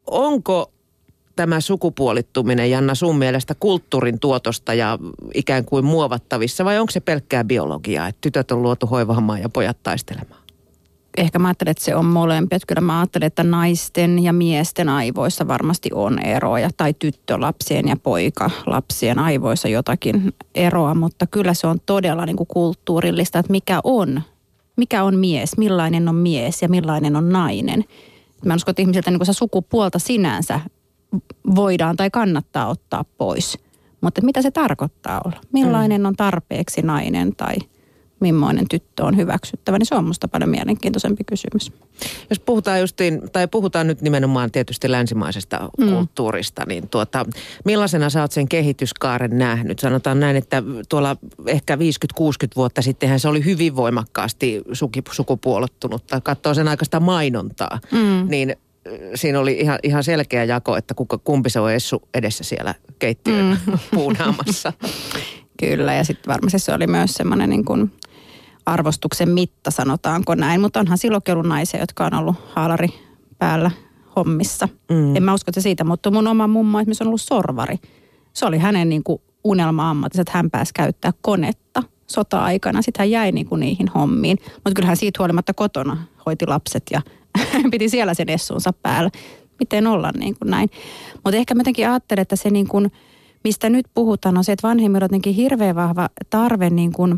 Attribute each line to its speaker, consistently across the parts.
Speaker 1: onko tämä sukupuolittuminen, Janna, sun mielestä kulttuurin tuotosta ja ikään kuin muovattavissa, vai onko se pelkkää biologiaa, että tytöt on luotu hoivaamaan ja pojat taistelemaan?
Speaker 2: Ehkä mä ajattelen, että se on molempia. Kyllä mä ajattelen, että naisten ja miesten aivoissa varmasti on eroja, tai tyttölapsien ja poikalapsien aivoissa jotakin eroa, mutta kyllä se on todella niin kuin kulttuurillista, että mikä on mies, millainen on mies ja millainen on nainen. Mä uskon, että ihmisiltä niin kuin se sukupuolta sinänsä voidaan tai kannattaa ottaa pois, mutta mitä se tarkoittaa olla? Millainen on tarpeeksi nainen tai millainen tyttö on hyväksyttävä, niin se on musta paljon mielenkiintoisempi kysymys.
Speaker 1: Jos puhutaan nyt nimenomaan tietysti länsimaisesta kulttuurista, niin millaisena sä oot sen kehityskaaren nähnyt? Sanotaan näin, että tuolla ehkä 50-60 vuotta sittenhän se oli hyvin voimakkaasti sukupuolottunutta. Katsoo sen aikaista mainontaa, niin siinä oli ihan selkeä jako, että kumpi se on Essu edessä siellä keittiön puunaamassa.
Speaker 2: Kyllä, ja sitten varmasti se oli myös semmoinen niin kuin arvostuksen mitta, sanotaanko näin. Mutta onhan silloinkin ollut naisia, jotka on ollut haalari päällä hommissa. En mä usko, että siitä, mutta mun oma mummo esimerkiksi on ollut sorvari. Se oli hänen niin kuin unelma-ammatissa, että hän pääsi käyttää konetta sota-aikana. Sitten hän jäi niin kuin niihin hommiin. Mutta kyllähän siitä huolimatta kotona hoiti lapset ja piti siellä sen essuunsa päällä. Miten olla niin kuin näin. Mutta ehkä mä jotenkin ajattelen, että se niin kuin, mistä nyt puhutaan, on se, että vanhemmilla on jotenkin hirveän vahva tarve niin kuin,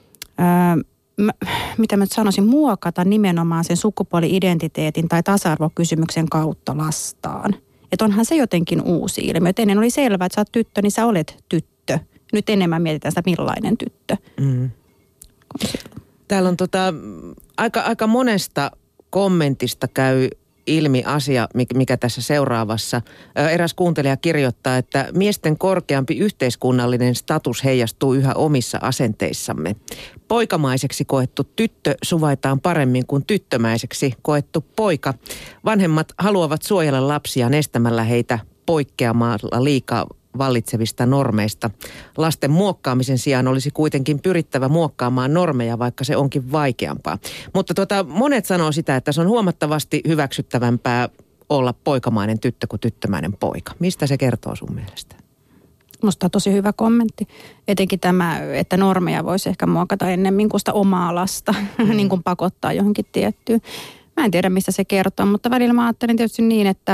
Speaker 2: mitä mä nyt sanoisin, muokata nimenomaan sen sukupuoli-identiteetin tai tasa-arvokysymyksen kautta lastaan. Että onhan se jotenkin uusi ilmiö. Et ennen oli selvää, että sä oot tyttö, niin sä olet tyttö. Nyt enemmän mietitään sitä, millainen tyttö.
Speaker 1: Täällä on aika monesta kommentista käy ilmi asia, mikä tässä seuraavassa. Eräs kuuntelija kirjoittaa, että miesten korkeampi yhteiskunnallinen status heijastuu yhä omissa asenteissamme. Poikamaiseksi koettu tyttö suvaitaan paremmin kuin tyttömäiseksi koettu poika. Vanhemmat haluavat suojella lapsia estämällä heitä poikkeamalla liikaa vallitsevista normeista. Lasten muokkaamisen sijaan olisi kuitenkin pyrittävä muokkaamaan normeja, vaikka se onkin vaikeampaa. Mutta monet sanoo sitä, että se on huomattavasti hyväksyttävämpää olla poikamainen tyttö kuin tyttömäinen poika. Mistä se kertoo sun mielestä?
Speaker 2: Musta on tosi hyvä kommentti. Etenkin tämä, että normeja voisi ehkä muokata ennemmin kuin sitä omaa lasta, niin kuin pakottaa johonkin tiettyyn. Mä en tiedä, mistä se kertoo, mutta välillä mä ajattelin tietysti niin, että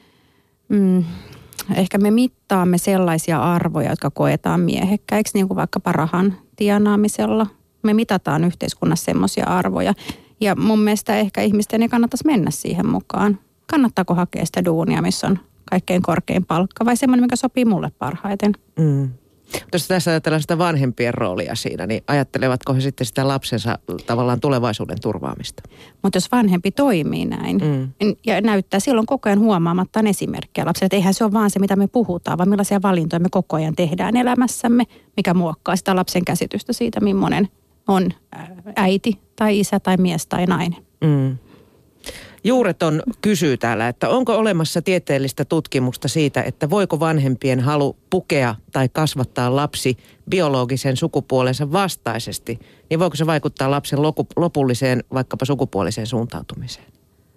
Speaker 2: ehkä me mittaamme sellaisia arvoja, jotka koetaan miehekkäiksi, niin kuin vaikkapa rahan tienaamisella. Me mitataan yhteiskunnassa semmoisia arvoja. Ja mun mielestä ehkä ihmisten ei kannattaisi mennä siihen mukaan. Kannattaako hakea sitä duunia, missä on kaikkein korkein palkka, vai semmoinen, mikä sopii mulle parhaiten?
Speaker 1: Jos tässä ajatellaan sitä vanhempien roolia siinä, niin ajattelevatko he sitten sitä lapsensa tavallaan tulevaisuuden turvaamista?
Speaker 2: Mutta jos vanhempi toimii näin ja näyttää silloin koko ajan huomaamattaan esimerkkejä lapsille, että eihän se ole vaan se, mitä me puhutaan, vaan millaisia valintoja me koko ajan tehdään elämässämme, mikä muokkaa sitä lapsen käsitystä siitä, millainen on äiti tai isä tai mies tai nainen.
Speaker 1: Juureton kysyy täällä, että onko olemassa tieteellistä tutkimusta siitä, että voiko vanhempien halu pukea tai kasvattaa lapsi biologisen sukupuolensa vastaisesti, niin voiko se vaikuttaa lapsen lopulliseen vaikkapa sukupuoliseen suuntautumiseen?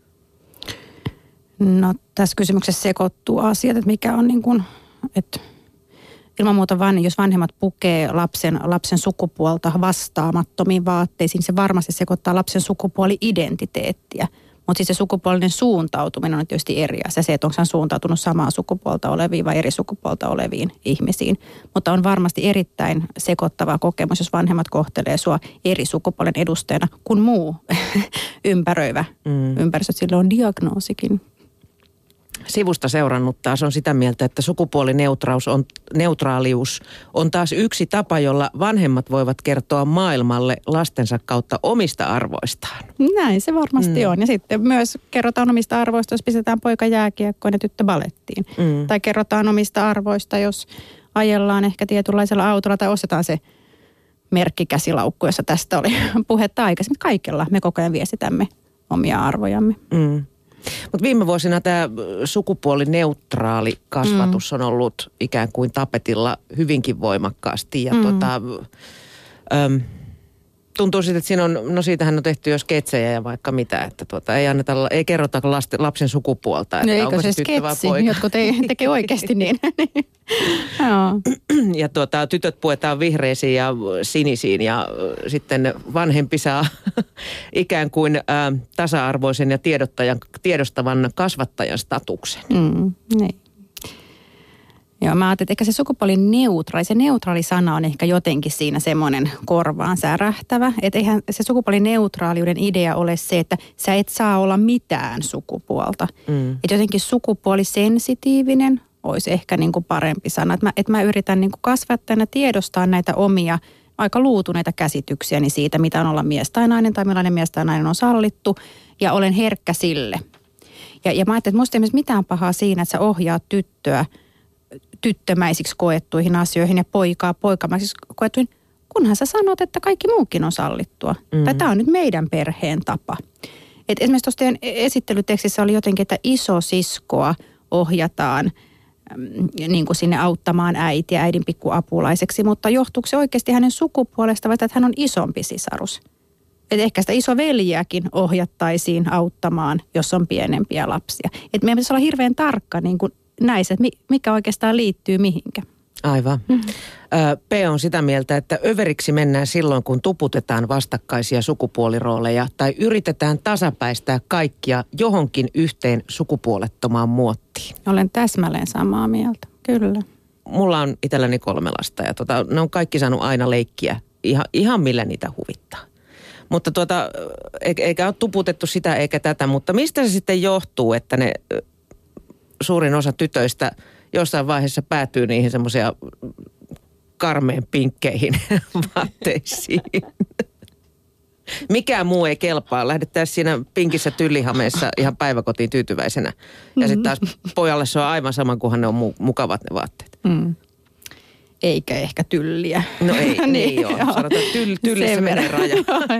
Speaker 2: No tässä kysymyksessä sekoittuu asiat, että mikä on niin kuin, että ilman muuta jos vanhemmat pukee lapsen sukupuolta vastaamattomiin vaatteisiin, se varmasti sekoittaa lapsen sukupuoli-identiteettiä. Mutta siis se sukupuolinen suuntautuminen on tietysti eri asia. Se, että onko hän suuntautunut samaa sukupuolta oleviin vai eri sukupuolta oleviin ihmisiin. Mutta on varmasti erittäin sekoittava kokemus, jos vanhemmat kohtelee sua eri sukupuolen edustajana kuin muu ympäröivä ympäristö. Sillä on diagnoosikin.
Speaker 1: Sivusta seurannut taas on sitä mieltä, että sukupuolineutraalius on taas yksi tapa, jolla vanhemmat voivat kertoa maailmalle lastensa kautta omista arvoistaan.
Speaker 2: Näin se varmasti on. Ja sitten myös kerrotaan omista arvoista, jos pistetään poika jääkiekkoon ja tyttö balettiin. Tai kerrotaan omista arvoista, jos ajellaan ehkä tietynlaisella autolla tai ostetaan se merkkikäsilaukku, jossa tästä oli puhetta aikaisemmin. Kaikella me koko ajan viestitämme omia arvojamme.
Speaker 1: Mutta viime vuosina tämä sukupuolineutraali kasvatus on ollut ikään kuin tapetilla hyvinkin voimakkaasti. Ja Tuntuu sitten, että siinä on, no siitähän on tehty jo sketsejä ja vaikka mitä, että ei kerrota lapsen sukupuolta, että
Speaker 2: eikö
Speaker 1: onko
Speaker 2: se
Speaker 1: tyttö vai
Speaker 2: sketsi,
Speaker 1: poika.
Speaker 2: jotkut tekee oikeasti niin. Joo.
Speaker 1: Ja tytöt puetaan vihreisiin ja sinisiin ja sitten vanhempi saa ikään kuin tasa-arvoisen ja tiedostavan kasvattajan statuksen.
Speaker 2: Niin. Joo, mä ajattelin, että ehkä se sukupuolineutraali, se neutraali sana on ehkä jotenkin siinä semmoinen korvaan särähtävä. Että eihän se sukupuolineutraaliuden idea ole se, että sä et saa olla mitään sukupuolta. Että jotenkin sukupuolisensitiivinen olisi ehkä niin kuin parempi sana. Että mä yritän niin kuin kasvattajana tiedostaa näitä omia aika luutuneita käsityksiäni siitä, mitä on olla mies tai nainen tai millainen mies tai nainen on sallittu. Ja olen herkkä sille. Ja mä ajattelin, että musta ei mitään pahaa siinä, että sä ohjaat tyttöä tyttömäisiksi koettuihin asioihin ja poikaa poikamaisiksi koettuihin, kunhan sä sanot, että kaikki muukin on sallittua. Tämä on nyt meidän perheen tapa. Et esimerkiksi tuossa teidän esittelytekstissä oli jotenkin, että isosiskoa ohjataan niin kuin sinne auttamaan äitiä äidin pikkuapulaiseksi, mutta johtuuko se oikeasti hänen sukupuolesta vai että hän on isompi sisarus? Että ehkä sitä isoveljiäkin ohjattaisiin auttamaan, jos on pienempiä lapsia. Että meidän pitäisi olla hirveän tarkka niin kuin näissä, että mikä oikeastaan liittyy mihinkä.
Speaker 1: Aivan. P on sitä mieltä, että överiksi mennään silloin, kun tuputetaan vastakkaisia sukupuolirooleja tai yritetään tasapäistää kaikkia johonkin yhteen sukupuolettomaan muottiin.
Speaker 2: Olen täsmälleen samaa mieltä, kyllä.
Speaker 1: Mulla on itselläni 3 lasta ja ne on kaikki saanut aina leikkiä ihan millä niitä huvittaa. Mutta eikä ole tuputettu sitä eikä tätä, mutta mistä se sitten johtuu, että ne suurin osa tytöistä jossain vaiheessa päätyy niihin semmoisia karmeen pinkkeihin vaatteisiin. Mikään muu ei kelpaa. Lähdettäisiin siinä pinkissä tyllihameessa ihan päiväkotiin tyytyväisenä. Ja sitten taas pojalle se on aivan sama, kunhan ne on mukavat ne vaatteet.
Speaker 2: Eikä ehkä tylliä.
Speaker 1: No ei, niin joo. Sanotaan, että tyllissä menee raja.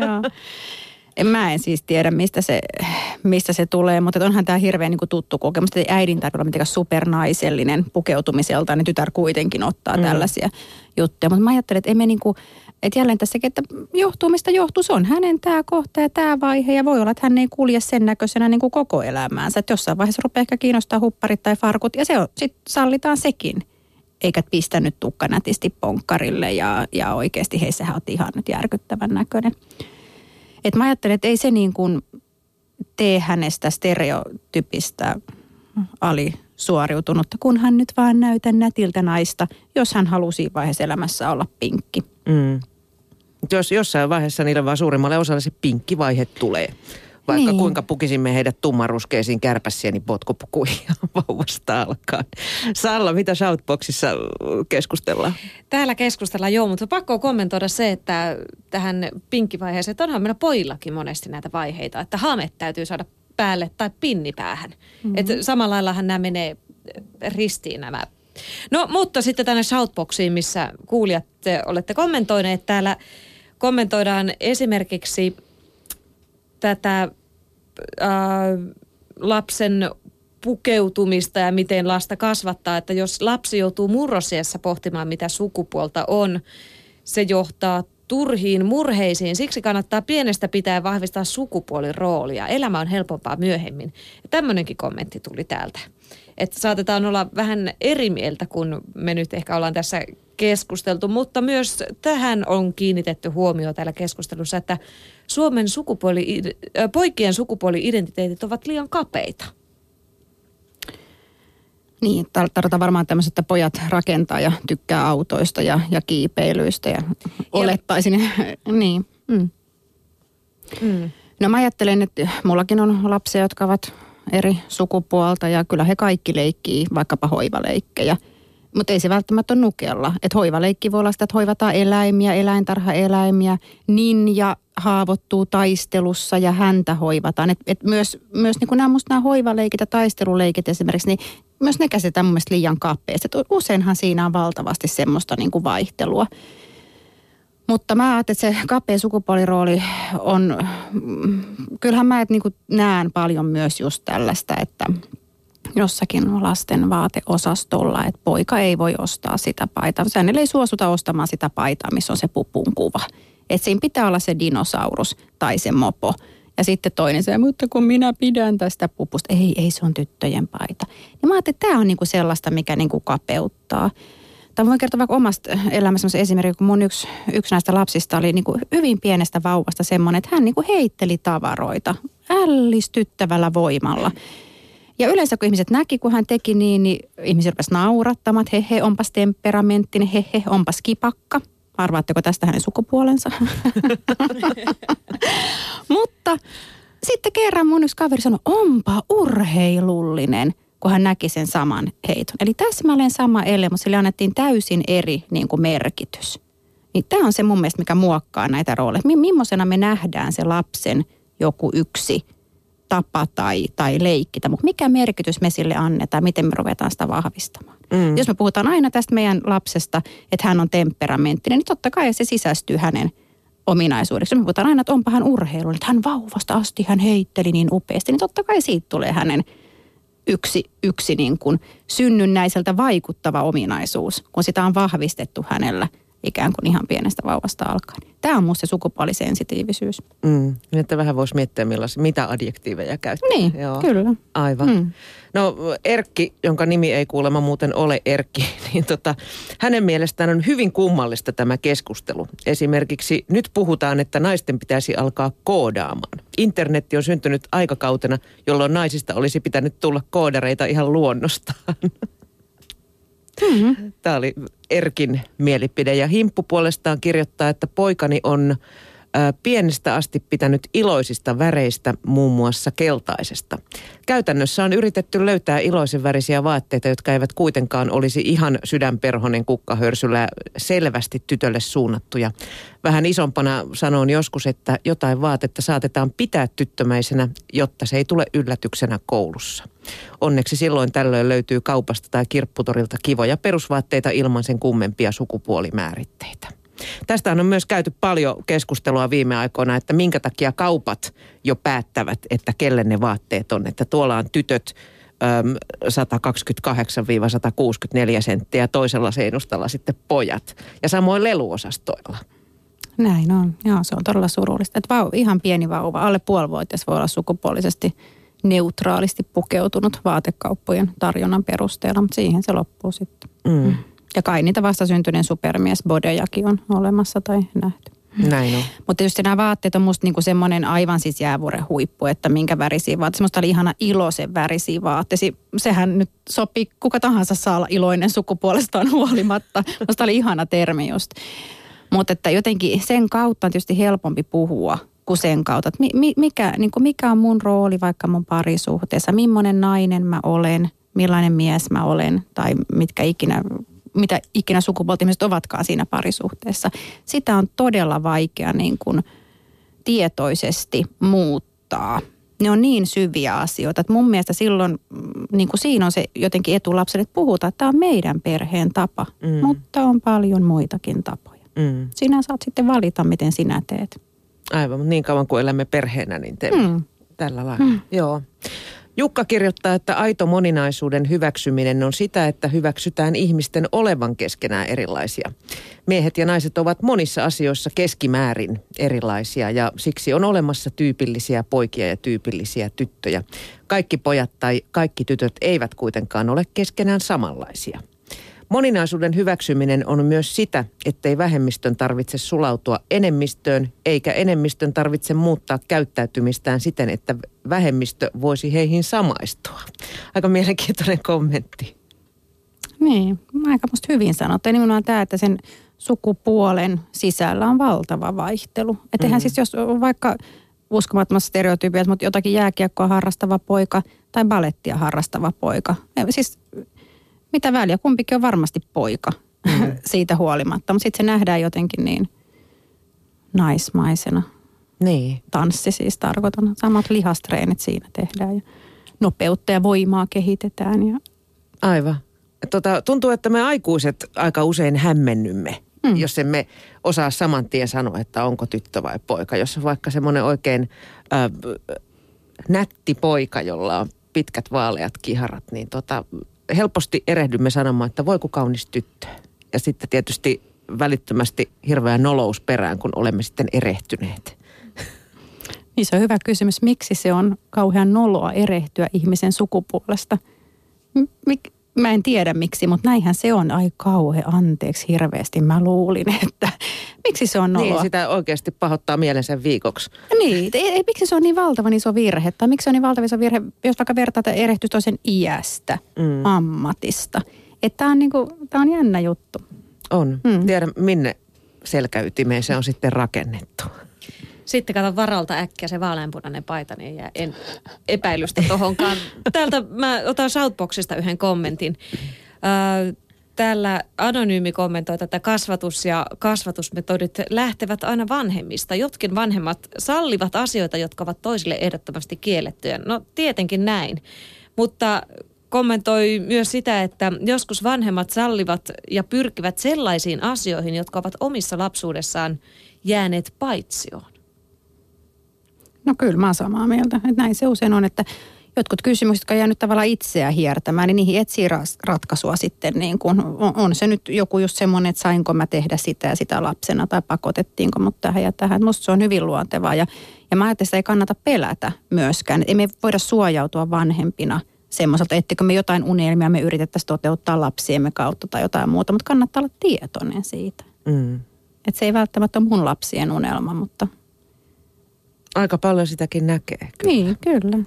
Speaker 2: Mä en siis tiedä, mistä se tulee, mutta onhan tämä hirveän niin kuin tuttu kokemus. Että äidin tarvitse olla mitenkään supernaisellinen pukeutumiselta, niin tytär kuitenkin ottaa tällaisia juttuja. Mutta mä ajattelen, että emme niin kuin, että jälleen tässäkin, että johtuu mistä johtuu. Se on hänen tämä kohta ja tämä vaihe ja voi olla, että hän ei kulje sen näköisenä niin kuin koko elämäänsä. Että jossain vaiheessa rupeaa ehkä kiinnostaa hupparit tai farkut ja se on, sitten sallitaan sekin. Eikä pistä nyt tukka nätisti ponkkarille ja oikeasti sehän on ihan nyt järkyttävän näköinen. Että mä ajattelen, että ei se niin kuin tee hänestä stereotypistä alisuoriutunutta, kunhan nyt vaan näytä nätiltä naista, jos hän haluaa siinä vaiheessa elämässä olla pinkki.
Speaker 1: Jos jossain vaiheessa niille vaan suurimmalle osalle se pinkkivaihe tulee. Vaikka kuinka pukisimme heidät tummanruskeisiin kärpäsieni potkupukuihin vauvasta alkaen. Salla, mitä Shoutboxissa keskustellaan?
Speaker 3: Täällä keskustellaan, joo, mutta pakko kommentoida se, että tähän pinkkivaiheeseen, että onhan meillä pojillakin monesti näitä vaiheita, että hame täytyy saada päälle tai pinni päähän. Että samalla laillahan nämä menee ristiin nämä. No, mutta sitten tänne Shoutboxiin, missä kuulijat olette kommentoineet. Täällä kommentoidaan esimerkiksi tätä lapsen pukeutumista ja miten lasta kasvattaa, että jos lapsi joutuu murrosiässä pohtimaan, mitä sukupuolta on, se johtaa turhiin murheisiin. Siksi kannattaa pienestä pitäen vahvistaa sukupuoliroolia. Elämä on helpompaa myöhemmin. Ja tämmöinenkin kommentti tuli täältä. Että saatetaan olla vähän eri mieltä, kun me nyt ehkä ollaan tässä keskusteltu, mutta myös tähän on kiinnitetty huomioon täällä keskustelussa, että Suomen poikien sukupuoli-identiteetit ovat liian kapeita.
Speaker 2: Niin, tarvitaan varmaan tämmöiset, että pojat rakentaa ja tykkää autoista ja kiipeilyistä ja olettaisin. Niin. No mä ajattelen, että mullakin on lapsia, jotka ovat eri sukupuolta ja kyllä he kaikki leikkii vaikkapa hoivaleikkejä. Mutta ei se välttämättä ole nukella. Että hoivaleikki voi olla sitä, että hoivataan eläimiä, eläintarhaeläimiä, ninja haavoittuu taistelussa ja häntä hoivataan. Et myös niin kuin nämä hoivaleikit ja taisteluleikit esimerkiksi, niin myös ne käsitään mun mielestä liian kapeasti. Useinhan siinä on valtavasti semmoista niin kuin vaihtelua. Mutta mä ajattelen, että se kapea sukupuolirooli on, kyllähän mä niin kuin näen paljon myös just tällaista, että jossakin lasten vaateosastolla, että poika ei voi ostaa sitä paitaa. Hänelle ei suostuta ostamaan sitä paitaa, missä on se pupun kuva. Että siinä pitää olla se dinosaurus tai se mopo. Ja sitten toinen se, mutta kun minä pidän tästä pupusta. Ei se on tyttöjen paita. Ja mä ajattelin, että tämä on niinku sellaista, mikä niinku kapeuttaa. Tai voin kertoa vaikka omasta elämässä esimerkiksi, kun mun yksi näistä lapsista oli niinku hyvin pienestä vauvasta semmoinen, että hän niinku heitteli tavaroita ällistyttävällä voimalla. Ja yleensä kun ihmiset näki, kun hän teki niin ihmiset rupesi naurattamaan, että he, onpas temperamenttinen, he, onpas kipakka. Arvaatteko tästä hänen sukupuolensa? Mutta sitten kerran mun yksi kaveri sanoi, onpa urheilullinen, kun hän näki sen saman heiton. Eli täsmälleen sama ele, mutta sille annettiin täysin eri niin kuin merkitys. Niin tämä on se mun mielestä, mikä muokkaa näitä rooleja. Millaisena me nähdään se lapsen joku yksi tapa tai leikkitä, mutta mikä merkitys me sille annetaan, miten me ruvetaan sitä vahvistamaan. Jos me puhutaan aina tästä meidän lapsesta, että hän on temperamenttinen, niin totta kai se sisäistyy hänen ominaisuudeksi. Jos me puhutaan aina, että onpa hän urheilu, että hän vauvasta asti hän heitteli niin upeasti, niin totta kai siitä tulee hänen yksi niin kuin synnynnäiseltä vaikuttava ominaisuus, kun sitä on vahvistettu hänellä ikään kuin ihan pienestä vauvasta alkaen. Tämä on musta se sukupuolisensitiivisyys.
Speaker 1: Että vähän voisi miettiä, mitä adjektiiveja käyttää.
Speaker 2: Niin, joo. Kyllä.
Speaker 1: Aivan. No Erkki, jonka nimi ei kuulemma muuten ole Erkki, niin hänen mielestään on hyvin kummallista tämä keskustelu. Esimerkiksi nyt puhutaan, että naisten pitäisi alkaa koodaamaan. Internetti on syntynyt aikakautena, jolloin naisista olisi pitänyt tulla koodareita ihan luonnostaan. Tämä oli Erkin mielipide ja Himppu puolestaan kirjoittaa, että poikani on pienestä asti pitänyt iloisista väreistä, muun muassa keltaisesta. Käytännössä on yritetty löytää iloisen värisiä vaatteita, jotka eivät kuitenkaan olisi ihan sydänperhonen kukkahörsyllä selvästi tytölle suunnattuja. Vähän isompana sanon joskus, että jotain vaatetta saatetaan pitää tyttömäisenä, jotta se ei tule yllätyksenä koulussa. Onneksi silloin tällöin löytyy kaupasta tai kirpputorilta kivoja perusvaatteita ilman sen kummempia sukupuolimääritteitä. Tästä on myös käyty paljon keskustelua viime aikoina, että minkä takia kaupat jo päättävät, että kelle ne vaatteet on. Että tuolla on tytöt 128-164 senttiä, toisella seinustalla sitten pojat ja samoin leluosastoilla.
Speaker 2: Näin on. Joo, se on todella surullista. Että ihan pieni vauva, alle puolivuotias voi olla sukupuolisesti neutraalisti pukeutunut vaatekauppojen tarjonnan perusteella, mutta siihen se loppuu sitten. Ja kai niitä vastasyntyneen supermiesbodejakin on olemassa tai nähty.
Speaker 1: Näin on.
Speaker 2: Mutta just nämä vaatteet on musta niinku semmoinen aivan siis jäävuoren huippu, että minkä värisiä vaatteita. Semmoista oli ihana iloisen värisiä vaatteita. Sehän nyt sopii, kuka tahansa saa olla iloinen sukupuolestaan huolimatta. Musta oli ihana termi just. Mutta että jotenkin sen kautta on tietysti helpompi puhua kuin sen kautta, että mikä on mun rooli vaikka mun parisuhteessa, millainen nainen mä olen, millainen mies mä olen tai mitä ikinä sukupuolta ihmiset ovatkaan siinä parisuhteessa. Sitä on todella vaikea niin kuin tietoisesti muuttaa. Ne on niin syviä asioita, että mun mielestä silloin niin kuin siinä on se jotenkin etu lapselle, että puhutaan, että tämä on meidän perheen tapa, mutta on paljon muitakin tapoja. Sinä saat sitten valita, miten sinä teet.
Speaker 1: Aivan, mutta niin kauan kuin elämme perheenä, niin teemme tällä lailla. Joo. Jukka kirjoittaa, että aito moninaisuuden hyväksyminen on sitä, että hyväksytään ihmisten olevan keskenään erilaisia. Miehet ja naiset ovat monissa asioissa keskimäärin erilaisia ja siksi on olemassa tyypillisiä poikia ja tyypillisiä tyttöjä. Kaikki pojat tai kaikki tytöt eivät kuitenkaan ole keskenään samanlaisia. Moninaisuuden hyväksyminen on myös sitä, ettei vähemmistön tarvitse sulautua enemmistöön, eikä enemmistön tarvitse muuttaa käyttäytymistään siten, että vähemmistö voisi heihin samaistua. Aika mielenkiintoinen kommentti.
Speaker 2: Niin, aika musta hyvin sanottu. Ja nimenomaan tämä, että sen sukupuolen sisällä on valtava vaihtelu. Että eihän siis jos vaikka uskomattomassa stereotyypiä, mutta jotakin jääkiekkoa harrastava poika tai balettia harrastava poika. Siis mitä väliä, kumpikin on varmasti poika siitä huolimatta, mutta sitten se nähdään jotenkin niin naismaisena.
Speaker 1: Niin.
Speaker 2: Tanssi siis tarkoitan. Samat lihastreenit siinä tehdään ja nopeutta ja voimaa kehitetään. Ja
Speaker 1: aivan. Tuntuu, että me aikuiset aika usein hämmennymme, jos emme osaa saman tien sanoa, että onko tyttö vai poika. Jos on vaikka semmoinen oikein nätti poika, jolla on pitkät vaaleat kiharat, niin helposti erehdymme sanomaan, että voi kun kaunis tyttö. Ja sitten tietysti välittömästi hirveä nolous perään, kun olemme sitten erehtyneet?
Speaker 2: Niin se on hyvä kysymys. Miksi se on kauhean noloa erehtyä ihmisen sukupuolesta? Mä en tiedä miksi, mutta näinhän se on. Ai kauhean, anteeksi hirveästi. Mä luulin, että miksi se on noloa?
Speaker 1: Niin, sitä oikeasti pahoittaa mielensä viikoksi.
Speaker 2: Niin, miksi se on niin valtavan iso virhe? Tai miksi se on niin valtavan iso virhe, jos vaikka vertaata erehtys toisen iästä, ammatista. Että tää on jännä juttu.
Speaker 1: On. Tiedän, minne selkäytimeen se on sitten rakennettu.
Speaker 3: Sitten katon varalta äkkiä se vaaleanpunainen paita, niin jää en epäilystä tohonkaan. Täältä mä otan Shoutboxista yhden kommentin. Täällä anonyymi kommentoi, että kasvatus ja kasvatusmetodit lähtevät aina vanhemmista. Jotkin vanhemmat sallivat asioita, jotka ovat toisille ehdottomasti kiellettyjä. No tietenkin näin, mutta kommentoi myös sitä, että joskus vanhemmat sallivat ja pyrkivät sellaisiin asioihin, jotka ovat omissa lapsuudessaan jääneet paitsioon.
Speaker 2: No kyllä, mä oon samaa mieltä. Että näin se usein on, että jotkut kysymykset, jotka on jäänyt tavallaan itseä hiertämään, niin niihin etsii ratkaisua sitten. Niin kuin, on se nyt joku just semmoinen, että sainko mä tehdä sitä ja sitä lapsena tai pakotettiinko mut tähän ja tähän. Musta se on hyvin luontevaa ja mä ajattelen, että sitä ei kannata pelätä myöskään. Ei me voida suojautua vanhempina semmoiselta, ettekö me jotain unelmia me yritettäisiin toteuttaa lapsiemme kautta tai jotain muuta, mutta kannattaa olla tietoinen siitä. Että se ei välttämättä ole mun lapsien unelma, mutta
Speaker 1: aika paljon sitäkin näkee. Kyllä.
Speaker 2: Niin, kyllä.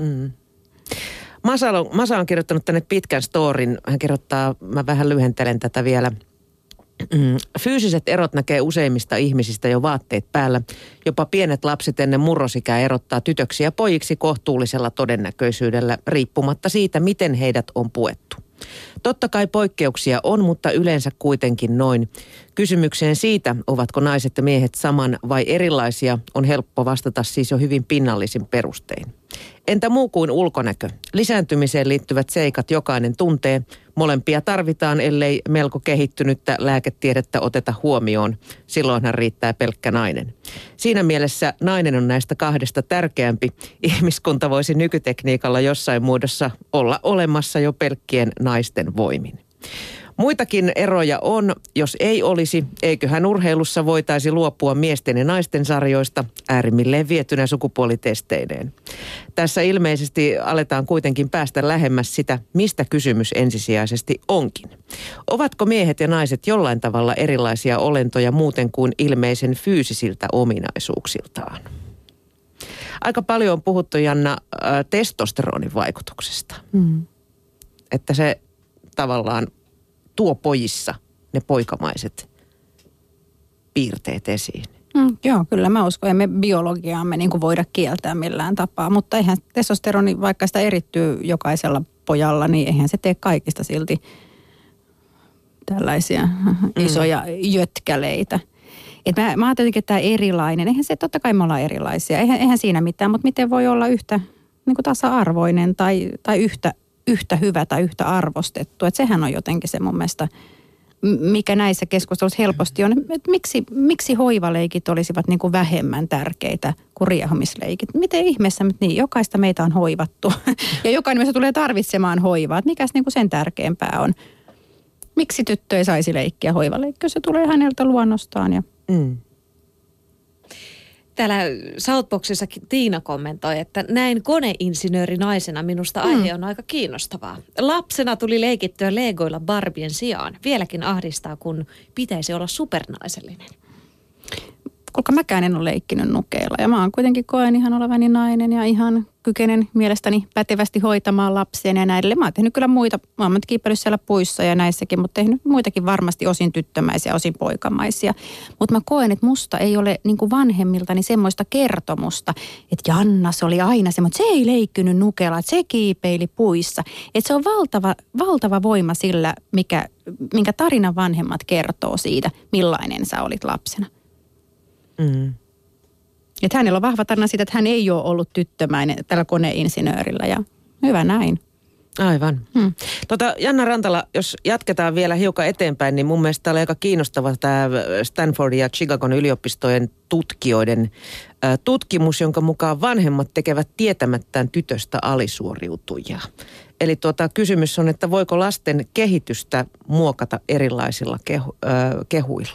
Speaker 1: Masa on kirjoittanut tänne pitkän storin. Hän kirjoittaa, mä vähän lyhentelen tätä vielä. Fyysiset erot näkee useimmista ihmisistä jo vaatteet päällä. Jopa pienet lapset ennen murrosikää erottaa tytöksi ja pojiksi kohtuullisella todennäköisyydellä, riippumatta siitä, miten heidät on puettu. Totta kai poikkeuksia on, mutta yleensä kuitenkin noin. Kysymykseen siitä, ovatko naiset ja miehet saman vai erilaisia, on helppo vastata siis jo hyvin pinnallisin perustein. Entä muu kuin ulkonäkö? Lisääntymiseen liittyvät seikat jokainen tuntee. Molempia tarvitaan, ellei melko kehittynyttä lääketiedettä oteta huomioon. Silloinhan riittää pelkkä nainen. Siinä mielessä nainen on näistä kahdesta tärkeämpi. Ihmiskunta voisi nykytekniikalla jossain muodossa olla olemassa jo pelkkien naisten voimin. Muitakin eroja on, jos ei olisi, eiköhän urheilussa voitaisi luopua miesten ja naisten sarjoista äärimmilleen vietynä sukupuolitesteineen. Tässä ilmeisesti aletaan kuitenkin päästä lähemmäs sitä, mistä kysymys ensisijaisesti onkin. Ovatko miehet ja naiset jollain tavalla erilaisia olentoja muuten kuin ilmeisen fyysisiltä ominaisuuksiltaan? Aika paljon on puhuttu, Janna, testosteronin vaikutuksesta. Että se tavallaan tuo pojissa ne poikamaiset piirteet esiin.
Speaker 2: Joo, kyllä mä uskon. Emme biologiaamme niin kuin voida kieltää millään tapaa, mutta eihän testosteroni, vaikka sitä erittyy jokaisella pojalla, niin eihän se tee kaikista silti tällaisia isoja jötkäleitä. Mä ajattelin, että tämä erilainen, eihän se, totta kai me ollaan erilaisia, eihän siinä mitään, mutta miten voi olla yhtä niin kuin tasa-arvoinen tai yhtä hyvä tai yhtä arvostettu. Että sehän on jotenkin se mun mielestä, mikä näissä keskusteluissa helposti on. Että miksi hoivaleikit olisivat niin kuin vähemmän tärkeitä kuin riehumisleikit? Miten ihmeessä niin? Jokaista meitä on hoivattu ja jokainen meistä tulee tarvitsemaan hoivaa. Että mikäs niin kuin sen tärkeämpää on? Miksi tyttö ei saisi leikkiä hoivaleikkiä, jos se tulee häneltä luonnostaan ja
Speaker 3: Täällä Shoutboxissa Tiina kommentoi, että näin koneinsinöörinaisena minusta aihe on aika kiinnostavaa. Lapsena tuli leikittyä legoilla Barbien sijaan. Vieläkin ahdistaa, kun pitäisi olla supernaisellinen.
Speaker 2: Kuulkaa, mäkään en ole leikkinyt nukeilla ja mä oon kuitenkin koen ihan olevani nainen ja ihan kykenen mielestäni pätevästi hoitamaan lapsia ja näin. Mä oon tehnyt kyllä muita, mä oon kiipellyt siellä puissa ja näissäkin, mutta tehnyt muitakin varmasti osin tyttömäisiä, osin poikamaisia. Mutta mä koen, että musta ei ole niin kuin vanhemmiltani semmoista kertomusta, että Janna se oli aina semmoinen, että se ei leikkynyt nukeilla, että se kiipeili puissa. Että se on valtava voima sillä, minkä tarinan vanhemmat kertoo siitä, millainen sä olit lapsena. Että hänellä on vahva tarina siitä, että hän ei ole ollut tyttömäinen tällä koneinsinöörillä ja hyvä näin.
Speaker 1: Aivan. Janna Rantala, jos jatketaan vielä hiukan eteenpäin, niin mun mielestä oli aika kiinnostava tämä Stanfordin ja Chicagon yliopistojen tutkijoiden tutkimus, jonka mukaan vanhemmat tekevät tietämättään tytöstä alisuoriutujaa. Eli kysymys on, että voiko lasten kehitystä muokata erilaisilla kehuilla?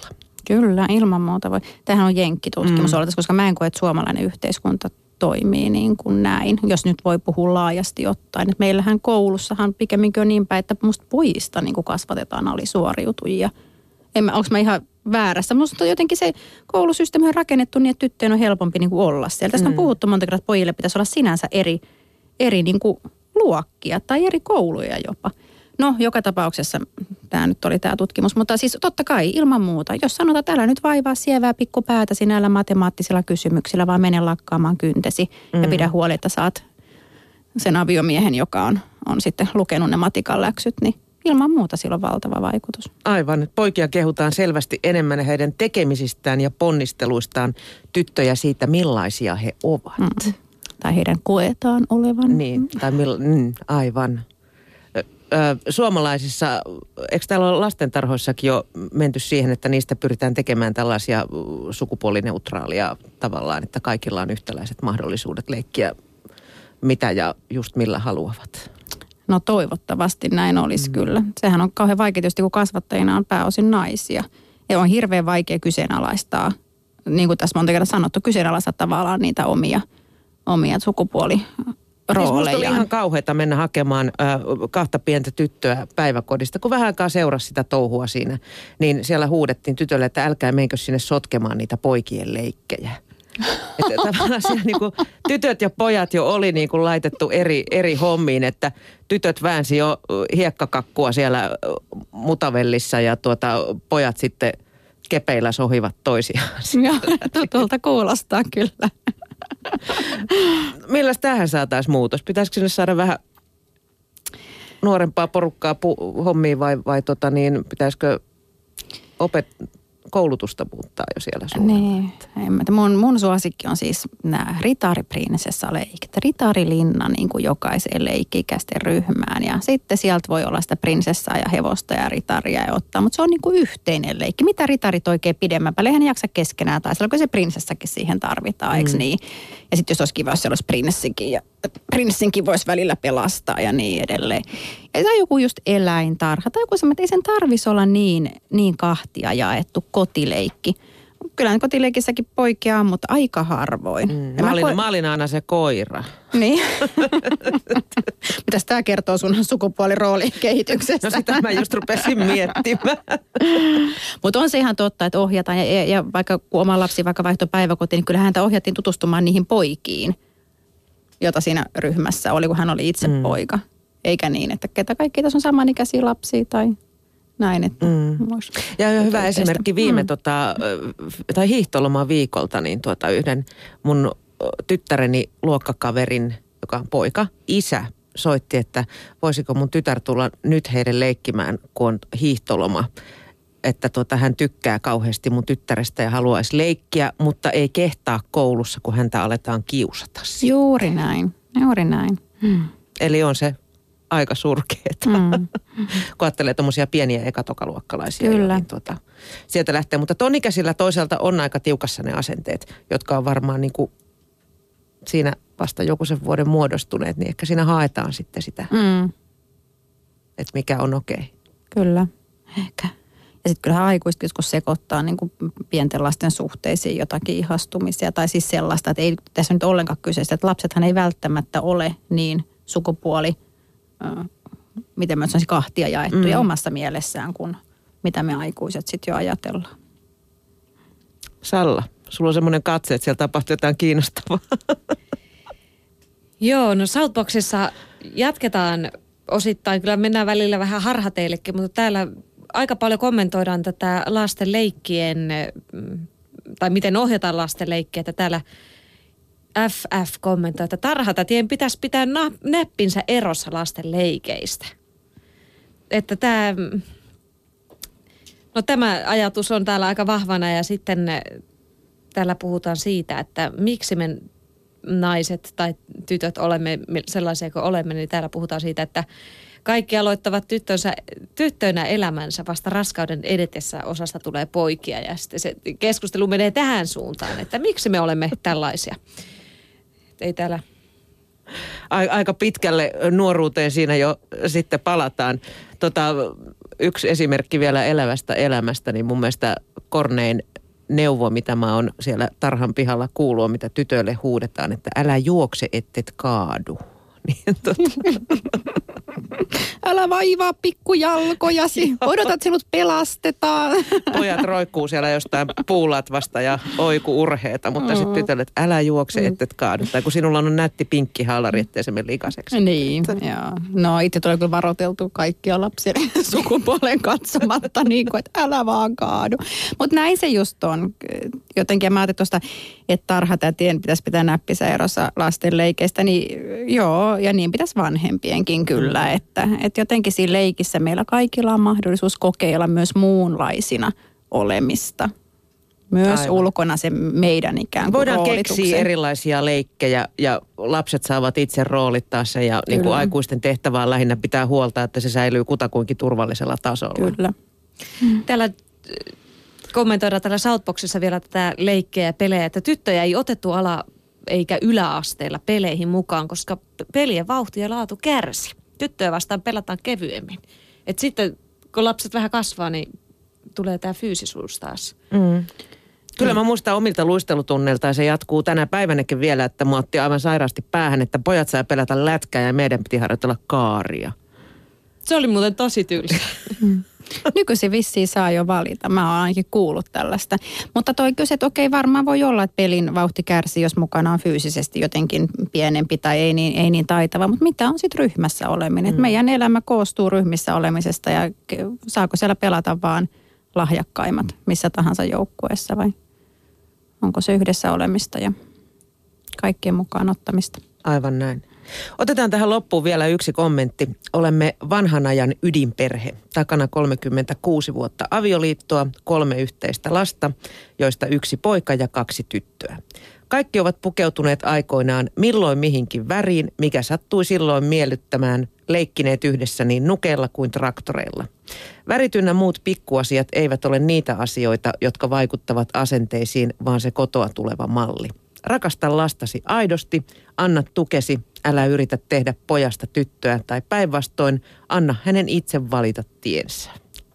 Speaker 2: Kyllä, ilman muuta voi. Tämähän on jenkkitutkimus koska mä en koe, että suomalainen yhteiskunta toimii niin kuin näin, jos nyt voi puhua laajasti ottaen. Et meillähän koulussahan pikemminkin on niin päin, että musta pojista niin kuin kasvatetaan alisuoriutujia. Onko mä ihan väärässä? Musta jotenkin se koulusysteemi on rakennettu niin, että tyttöjen on helpompi niin kuin olla siellä. Tästä on puhuttu monta kertaa, että pojille pitäisi olla sinänsä eri niin kuin luokkia tai eri kouluja jopa. No, joka tapauksessa tämä nyt oli tämä tutkimus, mutta siis totta kai ilman muuta. Jos sanotaan, että älä nyt vaivaa sievää pikkupäätäsi näillä matemaattisilla kysymyksillä, vaan mene lakkaamaan kyntesi ja pidä huoli, että saat sen aviomiehen, joka on sitten lukenut ne matikan läksyt, niin ilman muuta sillä on valtava vaikutus.
Speaker 1: Aivan. Poikia kehutaan selvästi enemmän heidän tekemisistään ja ponnisteluistaan, tyttöjä siitä, millaisia he ovat.
Speaker 2: Tai heidän koetaan olevan.
Speaker 1: Niin, tai aivan. Suomalaisissa, eikö täällä ole lastentarhoissakin jo menty siihen, että niistä pyritään tekemään tällaisia sukupuolineutraalia tavallaan, että kaikilla on yhtäläiset mahdollisuudet leikkiä mitä ja just millä haluavat?
Speaker 2: No toivottavasti näin olisi kyllä. Sehän on kauhean vaikea tietysti, kun kasvattajina on pääosin naisia. Ja on hirveän vaikea kyseenalaistaa, niin kuin tässä monta kertaa sanottu, kyseenalaistaa tavallaan niitä omia sukupuolirooleja.
Speaker 1: Musta oli ihan kauheata mennä hakemaan kahta pientä tyttöä päiväkodista. Kun vähän aikaa seurasi sitä touhua siinä, niin siellä huudettiin tytölle, että älkää menkö sinne sotkemaan niitä poikien leikkejä. Että tavallaan siellä niin kuin tytöt ja pojat jo oli niin kuin laitettu eri hommiin, että tytöt väänsi jo hiekkakakkua siellä mutavellissa ja pojat sitten kepeillä sohivat toisiaan.
Speaker 2: Joo, tutulta kuulostaa kyllä.
Speaker 1: Milläs tähän saataisiin muutos? Pitäisikö sinne saada vähän nuorempaa porukkaa hommiin vai pitäisikö koulutusta muuttaa jo siellä suunnalla?
Speaker 2: Niin, mun suosikki on siis nämä ritariprinsessaleikit. Ritarilinna niin kuin jokaiseen leikki-ikäisten ryhmään. Ja sitten sieltä voi olla sitä prinsessaa ja hevosta ja ritaria ja ottaa. Mutta se on niin kuin yhteinen leikki. Mitä ritarit oikein pidemmän päälle? Eihän ne jaksa keskenään taistella, kun se prinsessakin siihen tarvitaan, eikö niin? Ja sitten jos olisi kiva, jos siellä olisi prinsessikin ja prinssinkin voisi välillä pelastaa ja niin edelleen. Ja tai joku just eläintarha tai joku semmoinen, että ei sen tarvitsisi olla niin kahtia jaettu kotileikki. Kyllähän kotileikissäkin poikia on, mutta aika harvoin.
Speaker 1: Mä olin aina se koira.
Speaker 2: Niin. Mitäs tää kertoo sun sukupuoliroolin kehityksestä?
Speaker 1: No sitä mä just rupesin miettimään.
Speaker 2: Mutta on se ihan totta, että ohjataan. Ja vaikka kun oma lapsi vaikka vaihtoi päiväkotiin, niin kyllä häntä ohjattiin tutustumaan niihin poikiin, jota siinä ryhmässä oli, kun hän oli itse poika. Eikä niin, että ketä kaikki tässä on samanikäisiä lapsia tai näin. Että
Speaker 1: ja hyvä esimerkki viime tai hiihtoloman viikolta, niin yhden mun tyttäreni luokkakaverin, joka on poika, isä soitti, että voisiko mun tytär tulla nyt heidän leikkimään, kun on hiihtoloma. Että hän tykkää kauheasti mun tyttärestä ja haluaisi leikkiä, mutta ei kehtaa koulussa, kun häntä aletaan kiusata.
Speaker 2: Juuri näin.
Speaker 1: Eli on se aika surkeeta, kun ajattelee tommosia pieniä ekatokaluokkalaisia.
Speaker 2: Kyllä.
Speaker 1: Niin sieltä lähtee, mutta ton ikäisillä toisaalta on aika tiukassa ne asenteet, jotka on varmaan niin kuin siinä vasta joku sen vuoden muodostuneet, niin ehkä siinä haetaan sitten sitä, että mikä on okei.
Speaker 2: Kyllä, ehkä. Ja sitten kyllähän aikuiset joskus sekoittaa niin kuin pienten lasten suhteisiin jotakin ihastumisia tai siis sellaista, että ei tässä nyt ollenkaan kyseistä, että lapsethan ei välttämättä ole niin sukupuoli, miten mä sanoisin, kahtia jaettuja omassa mielessään kuin mitä me aikuiset sitten jo ajatellaan.
Speaker 1: Salla, sulla on semmoinen katse, että siellä tapahtuu jotain kiinnostavaa.
Speaker 3: Joo, no Southboxissa jatketaan osittain. Kyllä mennään välillä vähän harhateillekin, mutta täällä aika paljon kommentoidaan tätä lasten leikkien, tai miten ohjataan lasten leikkiä, että täällä FF kommentoi, että tarhatätien pitäisi pitää näppinsä erossa lasten leikeistä. Että tämä ajatus on täällä aika vahvana ja sitten täällä puhutaan siitä, että miksi me naiset tai tytöt olemme sellaisia kuin olemme, niin täällä puhutaan siitä, että kaikki aloittavat tyttöinä elämänsä vasta raskauden edetessä osasta tulee poikia ja sitten se keskustelu menee tähän suuntaan, että miksi me olemme tällaisia. Ei täällä.
Speaker 1: Aika pitkälle nuoruuteen siinä jo sitten palataan. yksi esimerkki vielä elävästä elämästä, niin mun mielestä kornein neuvo, mitä mä oon siellä tarhan pihalla kuullut, mitä tytöille huudetaan, että älä juokse, ettet kaadu. Niin,
Speaker 2: Älä vaivaa pikkujalkojasi. Odotat, sinut pelastetaan.
Speaker 1: Pojat roikkuu siellä jostain puulatvasta ja oiku urheeta, mutta sitten tytölle, että älä juokse, ettet kaadu. Tai kun sinulla on nätti pinkki haalari, ettei se mene likaseksi.
Speaker 2: Niin, joo. No itse tulee kyllä varoiteltu kaikkia lapsia sukupuolen katsomatta, niin kuin, että älä vaan kaadu. Mutta näin se just on. Jotenkin mä ajattelin tuosta, että tarhatätien pitäisi pitää näppisä erossa lasten leikeistä, niin joo, ja niin pitäisi vanhempienkin kyllä, että jotenkin siinä leikissä meillä kaikilla on mahdollisuus kokeilla myös muunlaisina olemista. Myös aivan. Ulkona se meidän ikään kuin
Speaker 1: voidaan
Speaker 2: roolituksen.
Speaker 1: keksiä erilaisia leikkejä ja lapset saavat itse roolittaa se ja niin kuin aikuisten tehtävä on lähinnä pitää huolta, että se säilyy kutakuinkin turvallisella tasolla.
Speaker 2: Kyllä.
Speaker 3: Täällä kommentoidaan täällä Southboxissa vielä tätä leikkeä ja pelejä, että tyttöjä ei otettu eikä yläasteella peleihin mukaan, koska pelien vauhti ja laatu kärsi. Tyttöjä vastaan pelataan kevyemmin. Et sitten kun lapset vähän kasvaa, niin tulee tämä fyysisuus taas.
Speaker 1: Kyllä mä muistan omilta luistelutunneilta ja se jatkuu tänä päivänäkin vielä, että mua otti aivan sairaasti päähän, että pojat saa pelätä lätkää ja meidän piti harjoitella kaaria.
Speaker 3: Se oli muuten tosi tylsä.
Speaker 2: Nykyisin vissiin saa jo valita. Mä oon ainakin kuullut tällaista. Mutta toi kyse, että okei, varmaan voi olla, että pelin vauhti kärsii, jos mukana on fyysisesti jotenkin pienempi tai ei niin taitava. Mutta mitä on sitten ryhmässä oleminen? Et meidän elämä koostuu ryhmissä olemisesta ja saako siellä pelata vaan lahjakkaimmat missä tahansa joukkueessa vai onko se yhdessä olemista ja kaikkien mukaan ottamista?
Speaker 1: Aivan näin. Otetaan tähän loppuun vielä yksi kommentti. Olemme vanhan ajan ydinperhe. Takana 36 vuotta avioliittoa, 3 yhteistä lasta, joista 1 poika ja 2 tyttöä. Kaikki ovat pukeutuneet aikoinaan milloin mihinkin väriin, mikä sattui silloin miellyttämään, leikkineet yhdessä niin nukeilla kuin traktoreilla. Värit ynnä muut pikkuasiat eivät ole niitä asioita, jotka vaikuttavat asenteisiin, vaan se kotoa tuleva malli. Rakasta lastasi aidosti, anna tukesi, älä yritä tehdä pojasta tyttöä tai päinvastoin, anna hänen itse valita tiensä.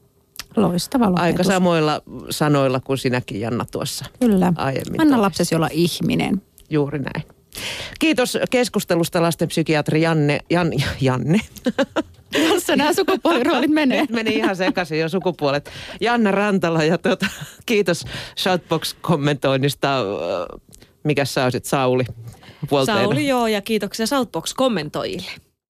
Speaker 2: Loistava lopetus.
Speaker 1: Aika samoilla sanoilla kuin sinäkin, Janna, tuossa
Speaker 2: Kyllä.
Speaker 1: aiemmin.
Speaker 2: Anna lapsesi olla ihminen.
Speaker 1: Juuri näin. Kiitos keskustelusta lastenpsykiatri Janne.
Speaker 2: Jossa nämä sukupuoliroolit menee.
Speaker 1: Nyt meni ihan sekaisin jo sukupuolet. Janna Rantala ja kiitos Shoutbox-kommentoinnista. Mikäs sä olisit, Sauli?
Speaker 3: Sauli, joo, ja kiitoksia Southbox-kommentoijille.